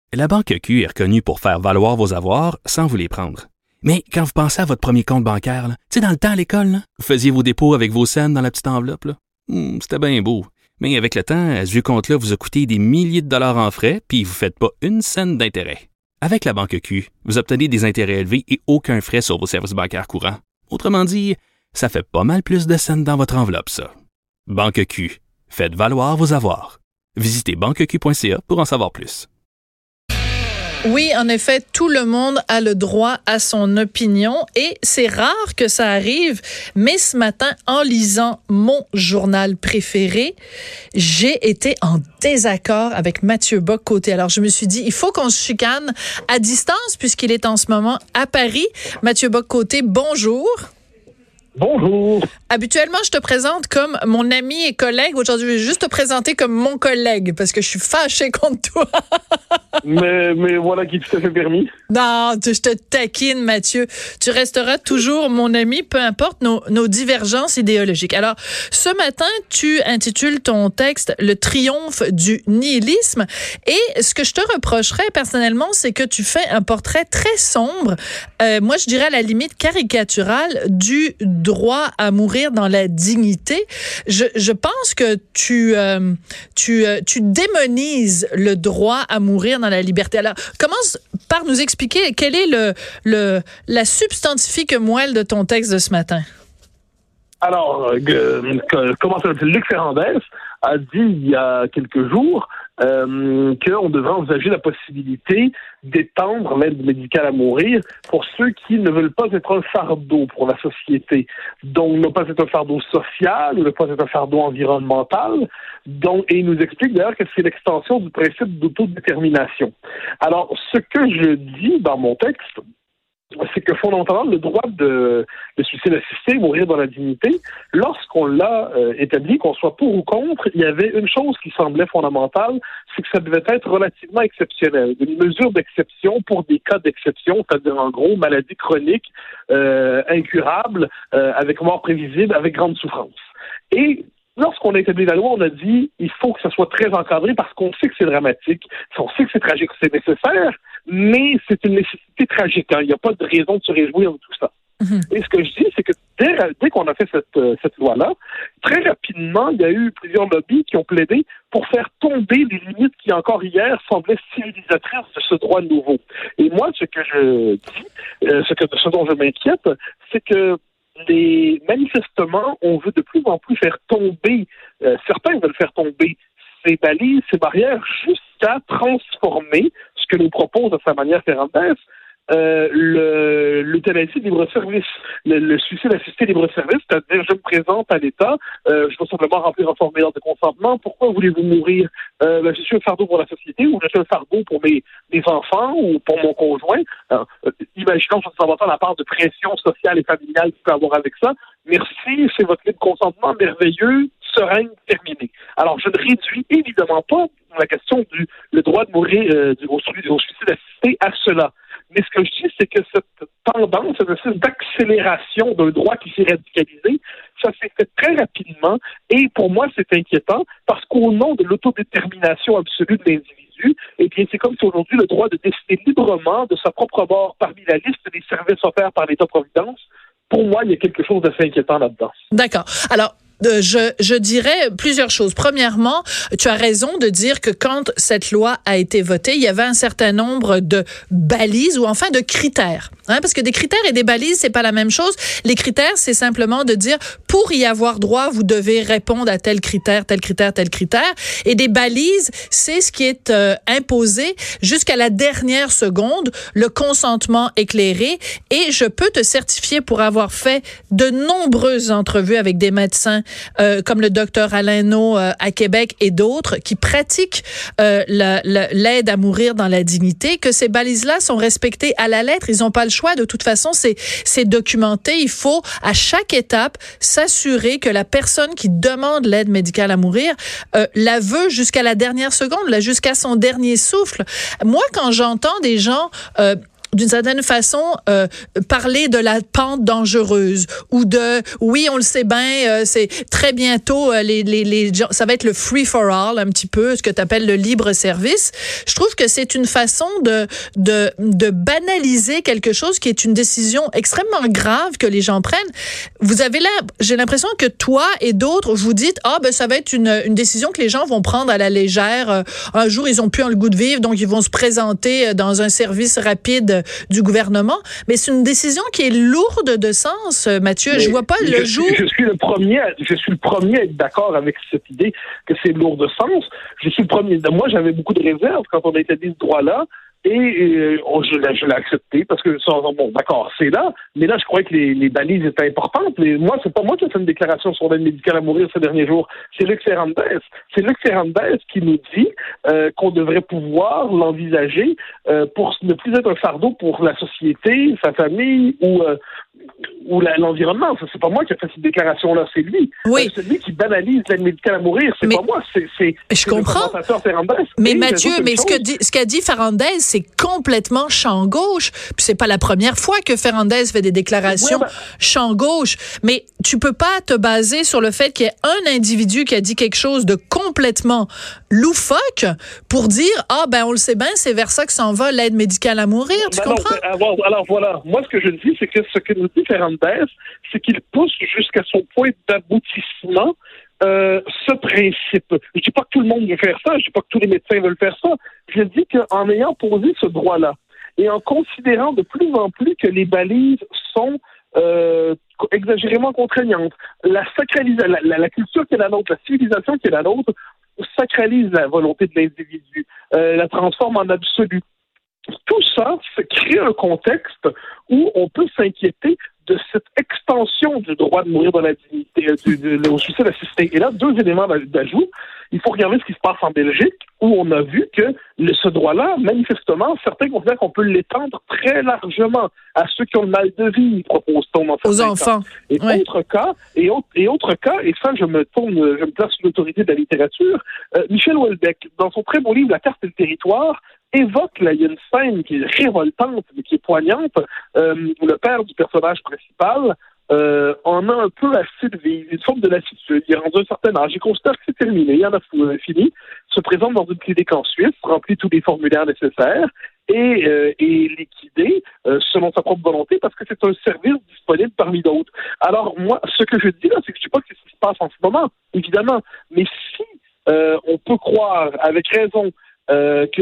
La Banque Q est reconnue pour faire valoir vos avoirs sans vous les prendre. Mais quand vous pensez à votre premier compte bancaire, tu sais, dans le temps à l'école, là, vous faisiez vos dépôts avec vos scènes dans la petite enveloppe. Là. C'était bien beau. Mais avec le temps, ce vieux compte-là vous a coûté des milliers de dollars en frais, puis vous ne faites pas une scène d'intérêt. Avec la Banque Q, vous obtenez des intérêts élevés et aucun frais sur vos services bancaires courants. Autrement dit, ça fait pas mal plus de scènes dans votre enveloppe, ça. Banque Q. Faites valoir vos avoirs. Visitez banqueq.ca pour en savoir plus. Oui, en effet, tout le monde a le droit à son opinion et c'est rare que ça arrive. Mais ce matin, en lisant mon journal préféré, j'ai été en désaccord avec Mathieu Bock-Côté. Alors, je me suis dit, il faut qu'on se chicane à distance puisqu'il est en ce moment à Paris. Mathieu Bock-Côté, bonjour. Bonjour. Habituellement, je te présente comme mon ami et collègue. Aujourd'hui, je vais juste te présenter comme mon collègue parce que je suis fâchée contre toi. mais voilà qui est tout à fait permis. Non, je te taquine, Mathieu. Tu resteras toujours mon ami, peu importe nos divergences idéologiques. Alors, ce matin, tu intitules ton texte « Le triomphe du nihilisme » et ce que je te reprocherais personnellement, c'est que tu fais un portrait très sombre, moi je dirais à la limite caricatural, du droit à mourir dans la dignité. Je pense que tu démonises le droit à mourir dans la liberté. Alors, commence par nous expliquer quelle est la substantifique moelle de ton texte de ce matin. Alors, comment ça s'appelle? Luc Ferrandez a dit il y a quelques jours qu'on devrait envisager la possibilité d'étendre l'aide médicale à mourir pour ceux qui ne veulent pas être un fardeau pour la société. Donc, ne pas être un fardeau social ou ne pas être un fardeau environnemental. Donc, et il nous explique d'ailleurs que c'est l'extension du principe d'autodétermination. Alors, ce que je dis dans mon texte, c'est que fondamentalement, le droit de suicide assisté, mourir dans la dignité, lorsqu'on l'a établi, qu'on soit pour ou contre, il y avait une chose qui semblait fondamentale, c'est que ça devait être relativement exceptionnel, une mesure d'exception pour des cas d'exception, c'est-à-dire en gros maladie chronique, incurable, avec mort prévisible, avec grande souffrance. Et lorsqu'on a établi la loi, on a dit il faut que ça soit très encadré parce qu'on sait que c'est dramatique, on sait que c'est tragique, c'est nécessaire, mais c'est une nécessité tragique. Hein. Il n'y a pas de raison de se réjouir de tout ça. Et ce que je dis, c'est que dès qu'on a fait cette loi-là, très rapidement, il y a eu plusieurs lobbies qui ont plaidé pour faire tomber les limites qui, encore hier, semblaient civilisatrices de ce droit nouveau. Et moi, ce que je dis, ce dont je m'inquiète, c'est que manifestement, on veut de plus en plus faire tomber, certains veulent faire tomber ces balises, ces barrières, jusqu'à transformer ce que nous propose de sa manière Ferrandez, l'euthanasie libre-service, le suicide assisté libre-service, c'est-à-dire je me présente à l'État, je dois simplement remplir un formulaire de consentement, pourquoi voulez-vous mourir? Je suis un fardeau pour la société ou je suis un fardeau pour mes enfants ou pour mon conjoint. Imaginons que ça va la part de pression sociale et familiale qu'il peut avoir avec ça. Merci, c'est votre libre consentement merveilleux, serein, terminé. Alors, je ne réduis évidemment pas la question le droit de mourir au suicide assisté à cela. Mais ce que je dis, c'est que cette tendance, cette espèce d'accélération d'un droit qui s'est radicalisé, ça s'est fait très rapidement et pour moi, c'est inquiétant parce qu'au nom de l'autodétermination absolue de l'individu, eh bien, c'est comme si aujourd'hui le droit de décider librement de sa propre mort parmi la liste des services offerts par l'État-providence, pour moi, il y a quelque chose d'assez inquiétant là-dedans. D'accord. Alors, je dirais plusieurs choses. Premièrement, tu as raison de dire que quand cette loi a été votée, il y avait un certain nombre de balises ou enfin de critères. Parce que des critères et des balises, c'est pas la même chose. Les critères, c'est simplement de dire, pour y avoir droit, vous devez répondre à tel critère, tel critère, tel critère. Et des balises, c'est ce qui est imposé jusqu'à la dernière seconde, le consentement éclairé. Et je peux te certifier pour avoir fait de nombreuses entrevues avec des médecins comme le docteur Alain Naud à Québec et d'autres qui pratiquent l'aide à mourir dans la dignité, que ces balises-là sont respectées à la lettre. Ils n'ont pas le choix. De toute façon, c'est documenté. Il faut, à chaque étape, s'assurer que la personne qui demande l'aide médicale à mourir la veut jusqu'à la dernière seconde, jusqu'à son dernier souffle. Moi, quand j'entends des gens d'une certaine façon, parler de la pente dangereuse ou de, oui, on le sait bien, c'est très bientôt, les gens, ça va être le free for all, un petit peu, ce que tu appelles le libre service. Je trouve que c'est une façon de banaliser quelque chose qui est une décision extrêmement grave que les gens prennent. Vous avez là, j'ai l'impression que toi et d'autres, vous dites, ça va être une décision que les gens vont prendre à la légère. Un jour, ils ont plus le goût de vivre, donc ils vont se présenter dans un service rapide du gouvernement, mais c'est une décision qui est lourde de sens, Mathieu. Mais je vois pas le jour. Je suis le premier à être d'accord avec cette idée que c'est lourd de sens. Je suis le premier. Moi, j'avais beaucoup de réserves quand on a établi ce droit-là. Et je l'ai accepté parce que, bon, d'accord, c'est là, mais là, je croyais que les balises étaient importantes. Mais moi, c'est pas moi qui ai fait une déclaration sur l'aide médicale à mourir ces derniers jours. C'est Luc Ferrandez. C'est Luc Ferrandez qui nous dit qu'on devrait pouvoir l'envisager pour ne plus être un fardeau pour la société, sa famille ou l'environnement. C'est pas moi qui ai fait cette déclaration-là, c'est lui. Oui. C'est lui qui banalise l'aide médicale à mourir. C'est pas moi, c'est je comprends. Mais Mathieu, ce qu'a dit Ferrandez, c'est complètement champ gauche. Puis c'est pas la première fois que Ferrandez fait des déclarations champ gauche. Mais tu peux pas te baser sur le fait qu'il y ait un individu qui a dit quelque chose de complètement loufoque pour dire on le sait bien, c'est vers ça que s'en va l'aide médicale à mourir. Tu comprends? Alors voilà, moi ce que je dis, c'est que ce que nous dit Ferrandez, c'est qu'il pousse jusqu'à son point d'aboutissement ce principe. Je dis pas que tout le monde veut faire ça, je dis pas que tous les médecins veulent faire ça. Je dis qu'en ayant posé ce droit-là et en considérant de plus en plus que les balises sont exagérément contraignantes, la culture qui est la nôtre, la civilisation qui est la nôtre, sacralise la volonté de l'individu, la transforme en absolu. Tout ça crée un contexte où on peut s'inquiéter de cette extension du droit de mourir dans la dignité, au suicide assisté. Et là, 2 éléments d'ajout. Il faut regarder ce qui se passe en Belgique, où on a vu que ce droit-là, manifestement, certains considèrent qu'on peut l'étendre très largement à ceux qui ont le mal de vie, propose-t-on. Aux enfants. Et autre cas, et ça, je me place sous l'autorité de la littérature, Michel Houellebecq, dans son très beau livre « La carte et le territoire », évoque, là, il y a une scène qui est révoltante, mais qui est poignante, où le père du personnage principal en a un peu assez de vivre, une forme de lassitude. Il est rendu un certain âge, il considère que c'est terminé, il en a fini, se présente dans une clinique en Suisse, remplit tous les formulaires nécessaires et est liquidé selon sa propre volonté parce que c'est un service disponible parmi d'autres. Alors moi, ce que je dis là, c'est que je ne dis pas que c'est ce qui se passe en ce moment, évidemment, mais si on peut croire avec raison que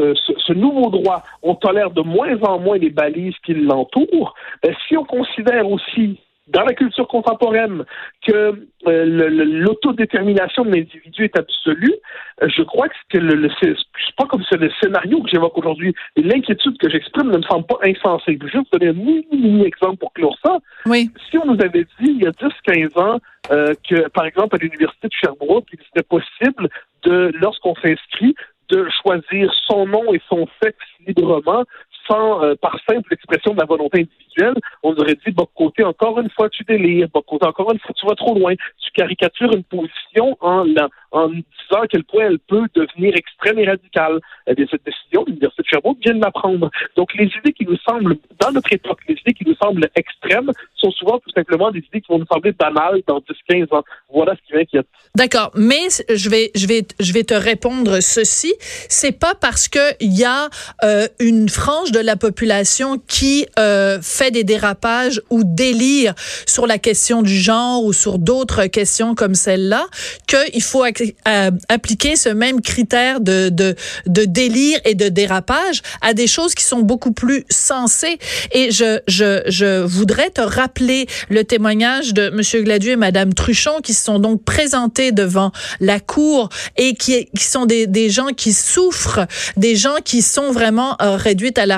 ce nouveau droit, on tolère de moins en moins les balises qui l'entourent, si on considère aussi dans la culture contemporaine que l'autodétermination de l'individu est absolue, je crois que c'est pas comme c'est le scénario que j'évoque aujourd'hui. Et l'inquiétude que j'exprime ne me semble pas insensée. Je vais juste donner un mini-exemple pour clore ça. Oui. Si on nous avait dit il y a 10-15 ans que, par exemple, à l'Université de Sherbrooke, il serait possible lorsqu'on s'inscrit, de choisir son nom et son sexe librement, par simple expression de la volonté individuelle, on aurait dit, côté, encore une fois, tu délires, côté, encore une fois, tu vas trop loin, tu caricatures une position en disant à quel point elle peut devenir extrême et radicale. Et cette décision, l'Université de Sherbrooke vient de l'apprendre. Donc, les idées qui nous semblent, dans notre époque, les idées qui nous semblent extrêmes, sont souvent tout simplement des idées qui vont nous sembler banales dans 10-15 ans. Voilà ce qui m'inquiète. D'accord, mais je vais te répondre ceci. C'est pas parce que il y a une frange de la population qui fait des dérapages ou délire sur la question du genre ou sur d'autres questions comme celle-là qu'il faut appliquer ce même critère de délire et de dérapage à des choses qui sont beaucoup plus sensées. Et je voudrais te rappeler le témoignage de M. Gladieux et Mme Truchon qui se sont donc présentés devant la cour et qui sont des gens qui souffrent, des gens qui sont vraiment réduits à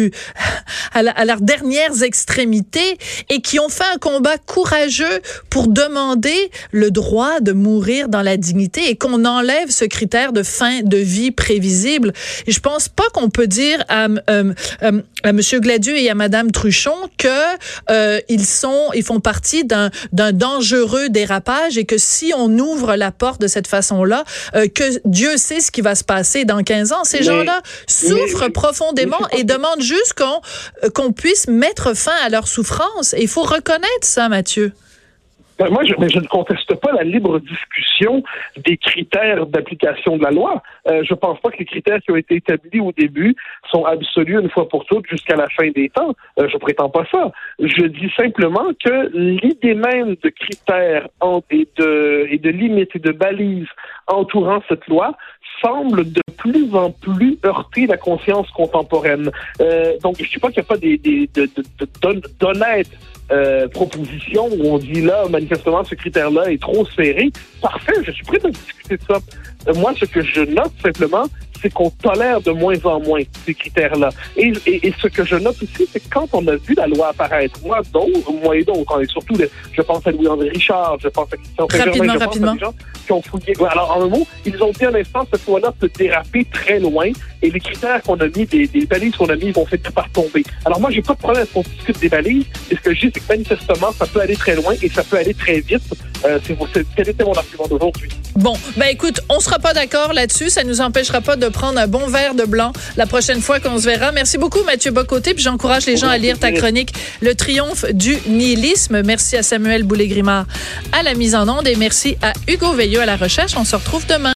leurs dernières extrémités et qui ont fait un combat courageux pour demander le droit de mourir dans la dignité et qu'on enlève ce critère de fin de vie prévisible. Et je pense pas qu'on peut dire à M. Gladieux et à Mme Truchon que il ils font partie d'un dangereux dérapage et que si on ouvre la porte de cette façon-là, que Dieu sait ce qui va se passer dans 15 ans. Ces gens-là souffrent profondément et demandent juste qu'on puisse mettre fin à leur souffrance. Et il faut reconnaître ça, Mathieu. Moi, je ne conteste pas la libre discussion des critères d'application de la loi. Je pense pas que les critères qui ont été établis au début sont absolus une fois pour toutes jusqu'à la fin des temps. Je prétends pas ça. Je dis simplement que l'idée même de critères et de limites et de balises entourant cette loi semble de plus en plus heurter la conscience contemporaine. Donc, je ne dis pas qu'il n'y a pas d'honnêtes proposition où on dit là, manifestement, ce critère-là est trop serré. Parfait, je suis prêt à discuter de ça. Moi, ce que je note simplement, c'est qu'on tolère de moins en moins ces critères-là. Et ce que je note aussi, c'est que quand on a vu la loi apparaître, moi et d'autres, et surtout, je pense à Louis-André Richard, je pense à Christian Saint-Germain, je pense à des gens qui ont fouillé. Alors, en un mot, ils ont dit à l'instant, cette loi-là peut déraper très loin, et les critères qu'on a mis, des balises qu'on a mis, vont finir par tomber. Alors moi, j'ai pas de problème à ce qu'on discute des balises, et ce que je dis, c'est que manifestement, ça peut aller très loin, et ça peut aller très vite. Quel était mon argument d'aujourd'hui? Bon, écoute, on sera pas d'accord là-dessus. Ça nous empêchera pas de prendre un bon verre de blanc la prochaine fois qu'on se verra. Merci beaucoup, Mathieu Bocoté. Puis j'encourage les gens à lire ta chronique « Le triomphe du nihilisme ». Merci à Samuel Boulay-Grimard à la mise en onde et merci à Hugo Veilleux à la recherche. On se retrouve demain.